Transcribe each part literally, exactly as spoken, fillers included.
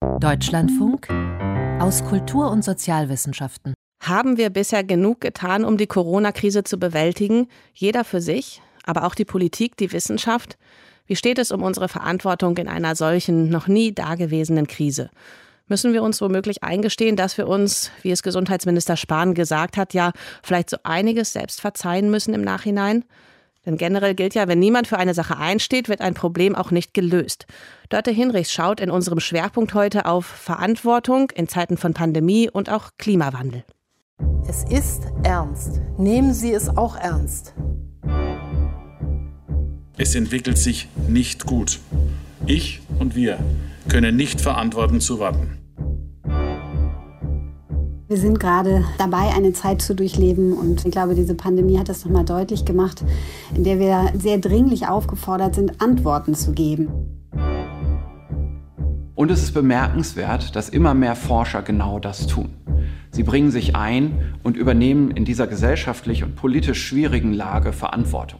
Deutschlandfunk aus Kultur- und Sozialwissenschaften. Haben wir bisher genug getan, um die Corona-Krise zu bewältigen? Jeder für sich, aber auch die Politik, die Wissenschaft? Wie steht es um unsere Verantwortung in einer solchen, noch nie dagewesenen Krise? Müssen wir uns womöglich eingestehen, dass wir uns, wie es Gesundheitsminister Spahn gesagt hat, ja vielleicht so einiges selbst verzeihen müssen im Nachhinein? Denn generell gilt ja, wenn niemand für eine Sache einsteht, wird ein Problem auch nicht gelöst. Dörte Hinrichs schaut in unserem Schwerpunkt heute auf Verantwortung in Zeiten von Pandemie und auch Klimawandel. Es ist ernst. Nehmen Sie es auch ernst. Es entwickelt sich nicht gut. Ich und wir können nicht verantworten zu warten. Wir sind gerade dabei, eine Zeit zu durchleben und ich glaube, diese Pandemie hat das nochmal deutlich gemacht, in der wir sehr dringlich aufgefordert sind, Antworten zu geben. Und es ist bemerkenswert, dass immer mehr Forscher genau das tun. Sie bringen sich ein und übernehmen in dieser gesellschaftlich und politisch schwierigen Lage Verantwortung.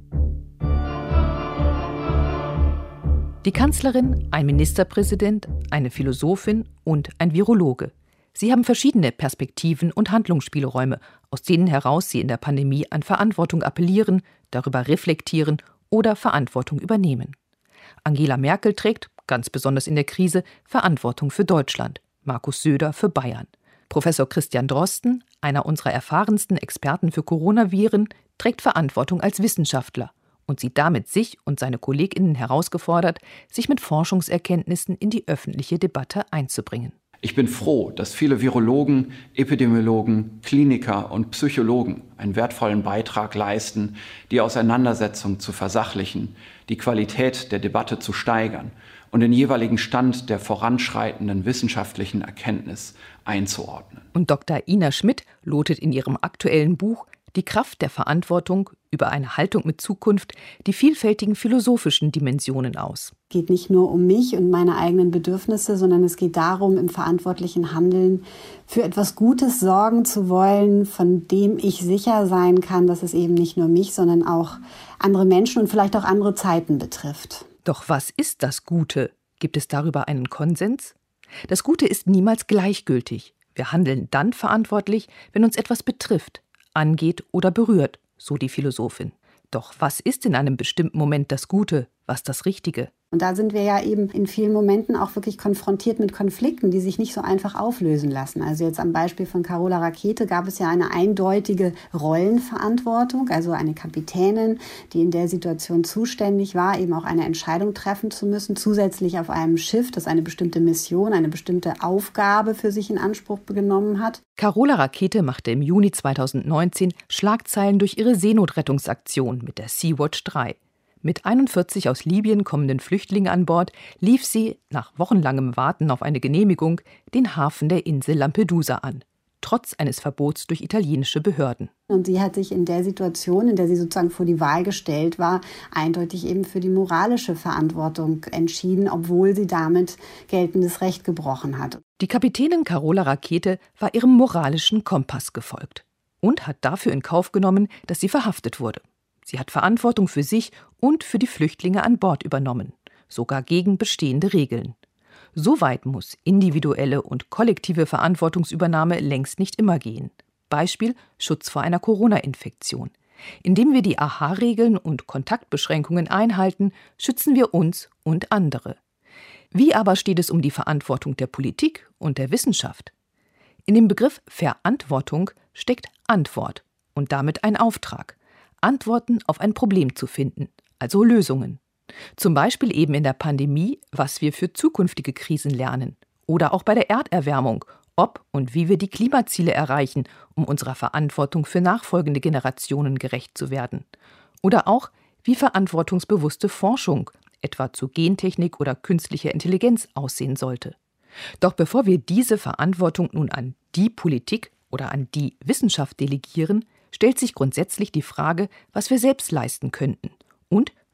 Die Kanzlerin, ein Ministerpräsident, eine Philosophin und ein Virologe. Sie haben verschiedene Perspektiven und Handlungsspielräume, aus denen heraus sie in der Pandemie an Verantwortung appellieren, darüber reflektieren oder Verantwortung übernehmen. Angela Merkel trägt, ganz besonders in der Krise, Verantwortung für Deutschland, Markus Söder für Bayern. Professor Christian Drosten, einer unserer erfahrensten Experten für Coronaviren, trägt Verantwortung als Wissenschaftler und sieht damit sich und seine KollegInnen herausgefordert, sich mit Forschungserkenntnissen in die öffentliche Debatte einzubringen. Ich bin froh, dass viele Virologen, Epidemiologen, Kliniker und Psychologen einen wertvollen Beitrag leisten, die Auseinandersetzung zu versachlichen, die Qualität der Debatte zu steigern und den jeweiligen Stand der voranschreitenden wissenschaftlichen Erkenntnis einzuordnen. Und Doktor Ina Schmidt lotet in ihrem aktuellen Buch Die Kraft der Verantwortung über eine Haltung mit Zukunft die vielfältigen philosophischen Dimensionen aus. Es geht nicht nur um mich und meine eigenen Bedürfnisse, sondern es geht darum, im verantwortlichen Handeln für etwas Gutes sorgen zu wollen, von dem ich sicher sein kann, dass es eben nicht nur mich, sondern auch andere Menschen und vielleicht auch andere Zeiten betrifft. Doch was ist das Gute? Gibt es darüber einen Konsens? Das Gute ist niemals gleichgültig. Wir handeln dann verantwortlich, wenn uns etwas betrifft, angeht oder berührt, so die Philosophin. Doch was ist in einem bestimmten Moment das Gute, was das Richtige? Und da sind wir ja eben in vielen Momenten auch wirklich konfrontiert mit Konflikten, die sich nicht so einfach auflösen lassen. Also jetzt am Beispiel von Carola Rackete gab es ja eine eindeutige Rollenverantwortung, also eine Kapitänin, die in der Situation zuständig war, eben auch eine Entscheidung treffen zu müssen, zusätzlich auf einem Schiff, das eine bestimmte Mission, eine bestimmte Aufgabe für sich in Anspruch genommen hat. Carola Rackete machte im Juni zweitausendneunzehn Schlagzeilen durch ihre Seenotrettungsaktion mit der Sea-Watch drei. Mit einundvierzig aus Libyen kommenden Flüchtlingen an Bord lief sie, nach wochenlangem Warten auf eine Genehmigung, den Hafen der Insel Lampedusa an, trotz eines Verbots durch italienische Behörden. Und sie hat sich in der Situation, in der sie sozusagen vor die Wahl gestellt war, eindeutig eben für die moralische Verantwortung entschieden, obwohl sie damit geltendes Recht gebrochen hat. Die Kapitänin Carola Rackete war ihrem moralischen Kompass gefolgt und hat dafür in Kauf genommen, dass sie verhaftet wurde. Sie hat Verantwortung für sich und für die Flüchtlinge an Bord übernommen, sogar gegen bestehende Regeln. So weit muss individuelle und kollektive Verantwortungsübernahme längst nicht immer gehen. Beispiel Schutz vor einer Corona-Infektion. Indem wir die A H-Regeln und Kontaktbeschränkungen einhalten, schützen wir uns und andere. Wie aber steht es um die Verantwortung der Politik und der Wissenschaft? In dem Begriff Verantwortung steckt Antwort und damit ein Auftrag. Antworten auf ein Problem zu finden, also Lösungen. Zum Beispiel eben in der Pandemie, was wir für zukünftige Krisen lernen. Oder auch bei der Erderwärmung, ob und wie wir die Klimaziele erreichen, um unserer Verantwortung für nachfolgende Generationen gerecht zu werden. Oder auch, wie verantwortungsbewusste Forschung, etwa zu Gentechnik oder künstlicher Intelligenz, aussehen sollte. Doch bevor wir diese Verantwortung nun an die Politik oder an die Wissenschaft delegieren, stellt sich grundsätzlich die Frage, was wir selbst leisten könnten und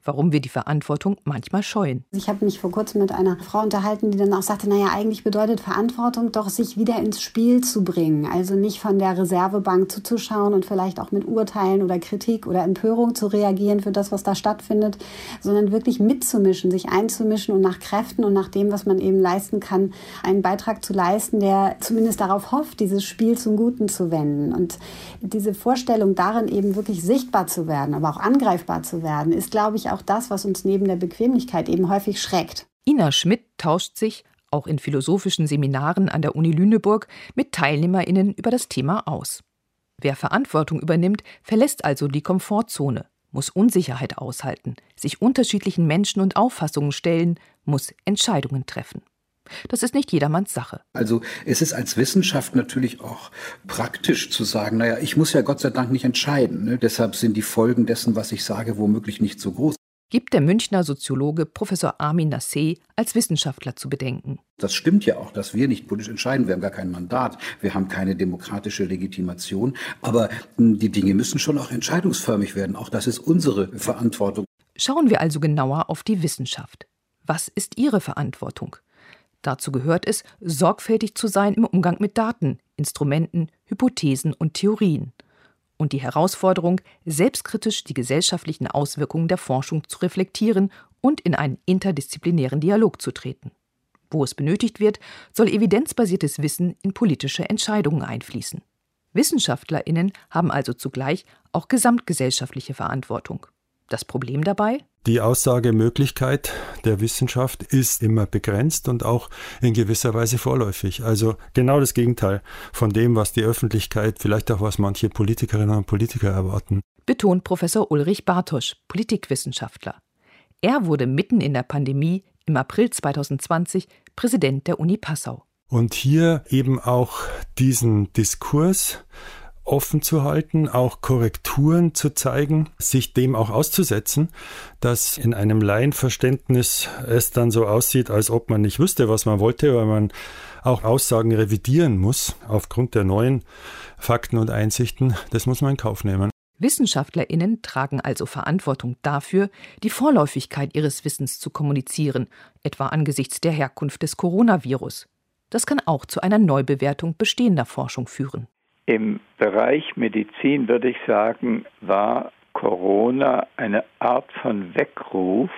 warum wir die Verantwortung manchmal scheuen. Ich habe mich vor kurzem mit einer Frau unterhalten, die dann auch sagte, naja, eigentlich bedeutet Verantwortung doch, sich wieder ins Spiel zu bringen. Also nicht von der Reservebank zuzuschauen und vielleicht auch mit Urteilen oder Kritik oder Empörung zu reagieren für das, was da stattfindet, sondern wirklich mitzumischen, sich einzumischen und nach Kräften und nach dem, was man eben leisten kann, einen Beitrag zu leisten, der zumindest darauf hofft, dieses Spiel zum Guten zu wenden. Und diese Vorstellung darin eben wirklich sichtbar zu werden, aber auch angreifbar zu werden, ist, glaube ich, auch das, was uns neben der Bequemlichkeit eben häufig schreckt. Ina Schmidt tauscht sich, auch in philosophischen Seminaren an der Uni Lüneburg, mit TeilnehmerInnen über das Thema aus. Wer Verantwortung übernimmt, verlässt also die Komfortzone, muss Unsicherheit aushalten, sich unterschiedlichen Menschen und Auffassungen stellen, muss Entscheidungen treffen. Das ist nicht jedermanns Sache. Also es ist als Wissenschaft natürlich auch praktisch zu sagen, naja, ich muss ja Gott sei Dank nicht entscheiden. Ne? Deshalb sind die Folgen dessen, was ich sage, womöglich nicht so groß. Gibt der Münchner Soziologe Professor Armin Nassé als Wissenschaftler zu bedenken. Das stimmt ja auch, dass wir nicht politisch entscheiden. Wir haben gar kein Mandat. Wir haben keine demokratische Legitimation. Aber die Dinge müssen schon auch entscheidungsförmig werden. Auch das ist unsere Verantwortung. Schauen wir also genauer auf die Wissenschaft. Was ist ihre Verantwortung? Dazu gehört es, sorgfältig zu sein im Umgang mit Daten, Instrumenten, Hypothesen und Theorien. Und die Herausforderung, selbstkritisch die gesellschaftlichen Auswirkungen der Forschung zu reflektieren und in einen interdisziplinären Dialog zu treten. Wo es benötigt wird, soll evidenzbasiertes Wissen in politische Entscheidungen einfließen. WissenschaftlerInnen haben also zugleich auch gesamtgesellschaftliche Verantwortung. Das Problem dabei? Die Aussagemöglichkeit der Wissenschaft ist immer begrenzt und auch in gewisser Weise vorläufig. Also genau das Gegenteil von dem, was die Öffentlichkeit, vielleicht auch was manche Politikerinnen und Politiker erwarten. Betont Professor Ulrich Bartosch, Politikwissenschaftler. Er wurde mitten in der Pandemie im April zweitausendzwanzig Präsident der Uni Passau. Und hier eben auch diesen Diskurs offen zu halten, auch Korrekturen zu zeigen, sich dem auch auszusetzen, dass in einem Laienverständnis es dann so aussieht, als ob man nicht wüsste, was man wollte, weil man auch Aussagen revidieren muss aufgrund der neuen Fakten und Einsichten. Das muss man in Kauf nehmen. WissenschaftlerInnen tragen also Verantwortung dafür, die Vorläufigkeit ihres Wissens zu kommunizieren, etwa angesichts der Herkunft des Coronavirus. Das kann auch zu einer Neubewertung bestehender Forschung führen. Im Bereich Medizin, würde ich sagen, war Corona eine Art von Weckruf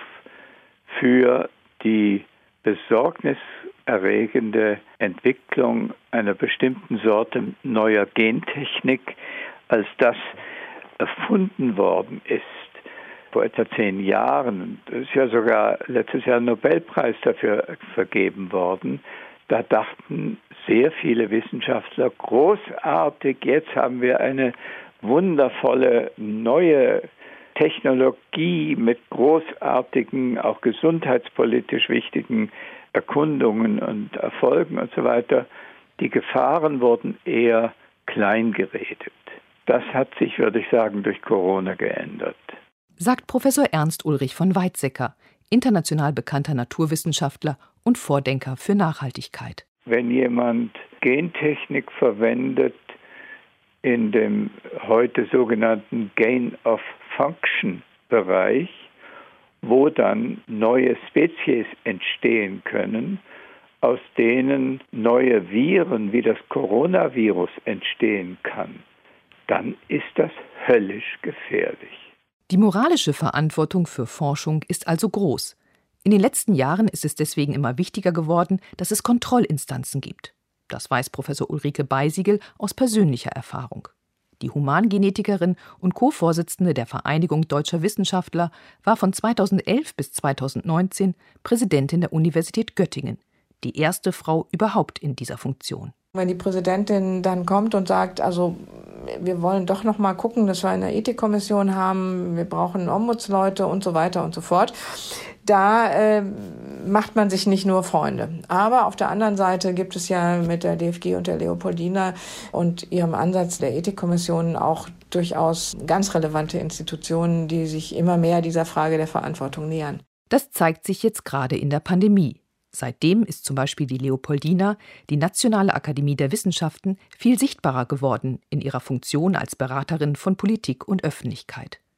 für die besorgniserregende Entwicklung einer bestimmten Sorte neuer Gentechnik, als das erfunden worden ist vor etwa zehn Jahren. Es ist ja sogar letztes Jahr ein Nobelpreis dafür vergeben worden. Da dachten sehr viele Wissenschaftler, großartig, jetzt haben wir eine wundervolle neue Technologie mit großartigen, auch gesundheitspolitisch wichtigen Erkundungen und Erfolgen und so weiter. Die Gefahren wurden eher klein geredet. Das hat sich, würde ich sagen, durch Corona geändert. Sagt Professor Ernst Ulrich von Weizsäcker, international bekannter Naturwissenschaftler und Vordenker für Nachhaltigkeit. Wenn jemand Gentechnik verwendet in dem heute sogenannten Gain-of-Function-Bereich, wo dann neue Spezies entstehen können, aus denen neue Viren wie das Coronavirus entstehen kann, dann ist das höllisch gefährlich. Die moralische Verantwortung für Forschung ist also groß. In den letzten Jahren ist es deswegen immer wichtiger geworden, dass es Kontrollinstanzen gibt. Das weiß Professor Ulrike Beisiegel aus persönlicher Erfahrung. Die Humangenetikerin und Co-Vorsitzende der Vereinigung Deutscher Wissenschaftler war von zweitausendelf bis zweitausendneunzehn Präsidentin der Universität Göttingen, die erste Frau überhaupt in dieser Funktion. Wenn die Präsidentin dann kommt und sagt, also wir wollen doch noch mal gucken, dass wir eine Ethikkommission haben, wir brauchen Ombudsleute und so weiter und so fort, da äh, macht man sich nicht nur Freunde. Aber auf der anderen Seite gibt es ja mit der D F G und der Leopoldina und ihrem Ansatz der Ethikkommission auch durchaus ganz relevante Institutionen, die sich immer mehr dieser Frage der Verantwortung nähern. Das zeigt sich jetzt gerade in der Pandemie. Seitdem ist zum Beispiel die Leopoldina, die Nationale Akademie der Wissenschaften, viel sichtbarer geworden in ihrer Funktion als Beraterin von Politik und Öffentlichkeit.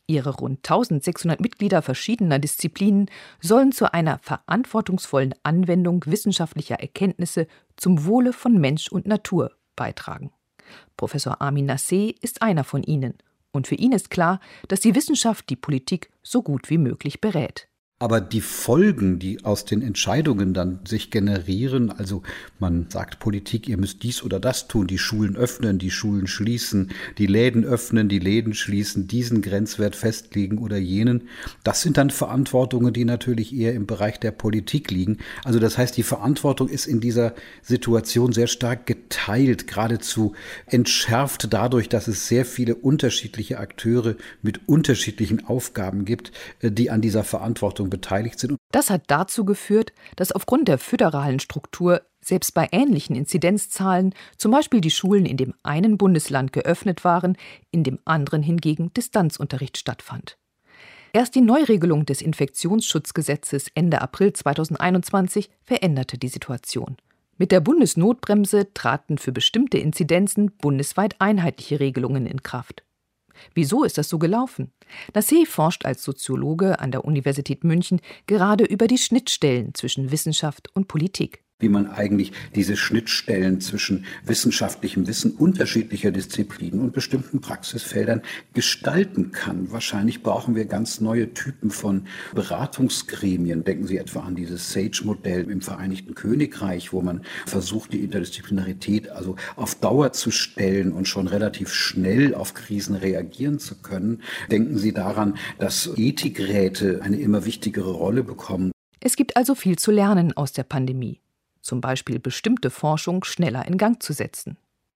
Ihre rund eintausendsechshundert Mitglieder verschiedener Disziplinen sollen zu einer verantwortungsvollen Anwendung wissenschaftlicher Erkenntnisse zum Wohle von Mensch und Natur beitragen. Professor Armin Nassé ist einer von ihnen. Und für ihn ist klar, dass die Wissenschaft die Politik so gut wie möglich berät. Aber die Folgen, die aus den Entscheidungen dann sich generieren, also man sagt Politik, ihr müsst dies oder das tun, die Schulen öffnen, die Schulen schließen, die Läden öffnen, die Läden schließen, diesen Grenzwert festlegen oder jenen, das sind dann Verantwortungen, die natürlich eher im Bereich der Politik liegen. Also das heißt, die Verantwortung ist in dieser Situation sehr stark geteilt, geradezu entschärft dadurch, dass es sehr viele unterschiedliche Akteure mit unterschiedlichen Aufgaben gibt, die an dieser Verantwortung beteiligt sind. Das hat dazu geführt, dass aufgrund der föderalen Struktur selbst bei ähnlichen Inzidenzzahlen zum Beispiel die Schulen in dem einen Bundesland geöffnet waren, in dem anderen hingegen Distanzunterricht stattfand. Erst die Neuregelung des Infektionsschutzgesetzes Ende April zweitausendeinundzwanzig veränderte die Situation. Mit der Bundesnotbremse traten für bestimmte Inzidenzen bundesweit einheitliche Regelungen in Kraft. Wieso ist das so gelaufen? Nassé forscht als Soziologe an der Universität München gerade über die Schnittstellen zwischen Wissenschaft und Politik. Wie man eigentlich diese Schnittstellen zwischen wissenschaftlichem Wissen unterschiedlicher Disziplinen und bestimmten Praxisfeldern gestalten kann. Wahrscheinlich brauchen wir ganz neue Typen von Beratungsgremien. Denken Sie etwa an dieses SAGE-Modell im Vereinigten Königreich, wo man versucht, die Interdisziplinarität also auf Dauer zu stellen und schon relativ schnell auf Krisen reagieren zu können. Denken Sie daran, dass Ethikräte eine immer wichtigere Rolle bekommen. Es gibt also viel zu lernen aus der Pandemie. Zum Beispiel bestimmte Forschung schneller in Gang zu setzen.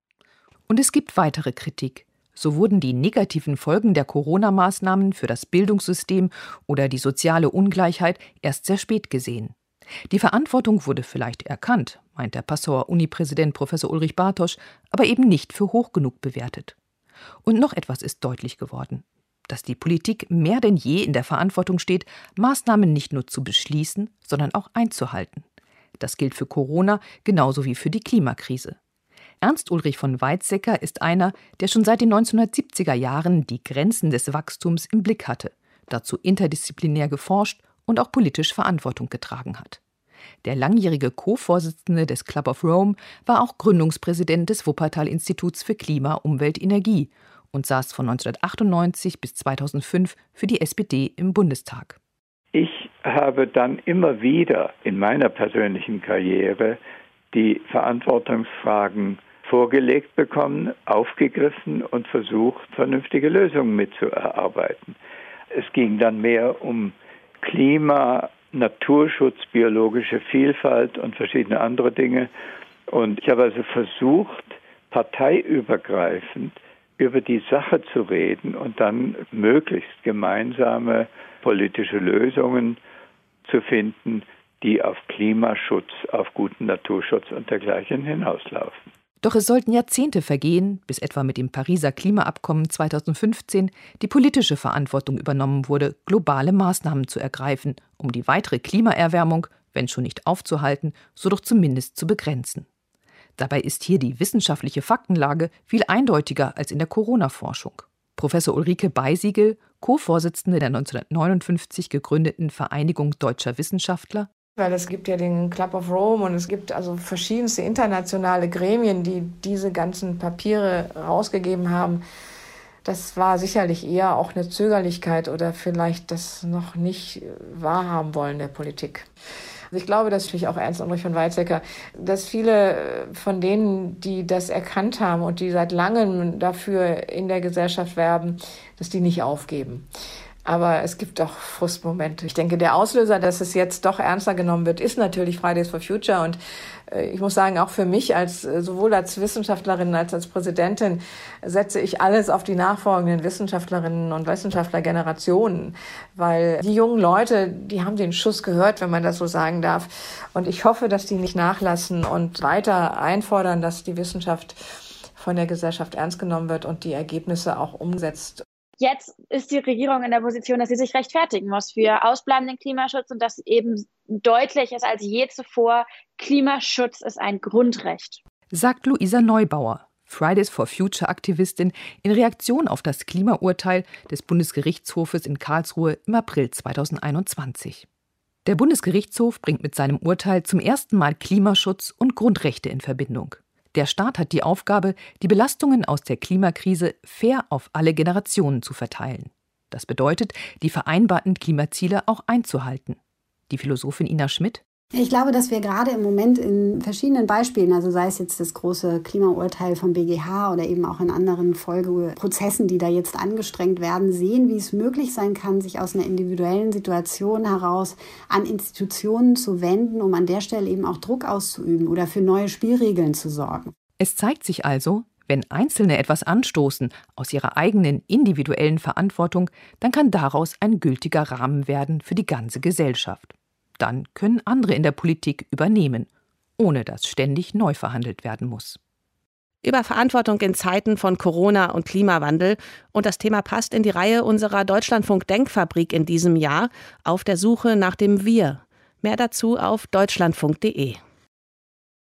Und es gibt weitere Kritik. So wurden die negativen Folgen der Corona-Maßnahmen für das Bildungssystem oder die soziale Ungleichheit erst sehr spät gesehen. Die Verantwortung wurde vielleicht erkannt, meint der Passauer Uni-Präsident Professor Ulrich Bartosch, aber eben nicht für hoch genug bewertet. Und noch etwas ist deutlich geworden: dass die Politik mehr denn je in der Verantwortung steht, Maßnahmen nicht nur zu beschließen, sondern auch einzuhalten. Das gilt für Corona genauso wie für die Klimakrise. Ernst Ulrich von Weizsäcker ist einer, der schon seit den neunzehnhundertsiebziger Jahren die Grenzen des Wachstums im Blick hatte, dazu interdisziplinär geforscht und auch politisch Verantwortung getragen hat. Der langjährige Co-Vorsitzende des Club of Rome war auch Gründungspräsident des Wuppertal-Instituts für Klima, Umwelt, Energie und saß von neunzehnhundertachtundneunzig bis zweitausendfünf für die S P D im Bundestag. Ich habe dann immer wieder in meiner persönlichen Karriere die Verantwortungsfragen vorgelegt bekommen, aufgegriffen und versucht, vernünftige Lösungen mitzuerarbeiten. Es ging dann mehr um Klima, Naturschutz, biologische Vielfalt und verschiedene andere Dinge. Und ich habe also versucht, parteiübergreifend über die Sache zu reden und dann möglichst gemeinsame politische Lösungen zu finden, die auf Klimaschutz, auf guten Naturschutz und dergleichen hinauslaufen. Doch es sollten Jahrzehnte vergehen, bis etwa mit dem Pariser Klimaabkommen zweitausendfünfzehn die politische Verantwortung übernommen wurde, globale Maßnahmen zu ergreifen, um die weitere Klimaerwärmung, wenn schon nicht aufzuhalten, so doch zumindest zu begrenzen. Dabei ist hier die wissenschaftliche Faktenlage viel eindeutiger als in der Corona-Forschung. Professor Ulrike Beisiegel, Co-Vorsitzende der neunzehnhundertneunundfünfzig gegründeten Vereinigung Deutscher Wissenschaftler. Weil es gibt ja den Club of Rome und es gibt also verschiedenste internationale Gremien, die diese ganzen Papiere rausgegeben haben. Das war sicherlich eher auch eine Zögerlichkeit oder vielleicht das noch nicht wahrhaben wollen der Politik. Also ich glaube, dass natürlich auch Ernst Ulrich von Weizsäcker, dass viele von denen, die das erkannt haben und die seit langem dafür in der Gesellschaft werben, dass die nicht aufgeben. Aber es gibt auch Frustmomente. Ich denke, der Auslöser, dass es jetzt doch ernster genommen wird, ist natürlich Fridays for Future. Und ich muss sagen, auch für mich, als sowohl als Wissenschaftlerin als als Präsidentin, setze ich alles auf die nachfolgenden Wissenschaftlerinnen und Wissenschaftlergenerationen. Weil die jungen Leute, die haben den Schuss gehört, wenn man das so sagen darf. Und ich hoffe, dass die nicht nachlassen und weiter einfordern, dass die Wissenschaft von der Gesellschaft ernst genommen wird und die Ergebnisse auch umsetzt. Jetzt ist die Regierung in der Position, dass sie sich rechtfertigen muss für ausbleibenden Klimaschutz und dass eben deutlich ist als je zuvor, Klimaschutz ist ein Grundrecht. Sagt Luisa Neubauer, Fridays for Future-Aktivistin in Reaktion auf das Klimaurteil des Bundesgerichtshofes in Karlsruhe im April zweitausendeinundzwanzig. Der Bundesgerichtshof bringt mit seinem Urteil zum ersten Mal Klimaschutz und Grundrechte in Verbindung. Der Staat hat die Aufgabe, die Belastungen aus der Klimakrise fair auf alle Generationen zu verteilen. Das bedeutet, die vereinbarten Klimaziele auch einzuhalten. Die Philosophin Ina Schmidt: Ich glaube, dass wir gerade im Moment in verschiedenen Beispielen, also sei es jetzt das große Klimaurteil vom B G H oder eben auch in anderen Folgeprozessen, die da jetzt angestrengt werden, sehen, wie es möglich sein kann, sich aus einer individuellen Situation heraus an Institutionen zu wenden, um an der Stelle eben auch Druck auszuüben oder für neue Spielregeln zu sorgen. Es zeigt sich also, wenn Einzelne etwas anstoßen aus ihrer eigenen individuellen Verantwortung, dann kann daraus ein gültiger Rahmen werden für die ganze Gesellschaft. Dann können andere in der Politik übernehmen, ohne dass ständig neu verhandelt werden muss. Über Verantwortung in Zeiten von Corona und Klimawandel. Und das Thema passt in die Reihe unserer Deutschlandfunk-Denkfabrik in diesem Jahr, auf der Suche nach dem Wir. Mehr dazu auf deutschlandfunk punkt de.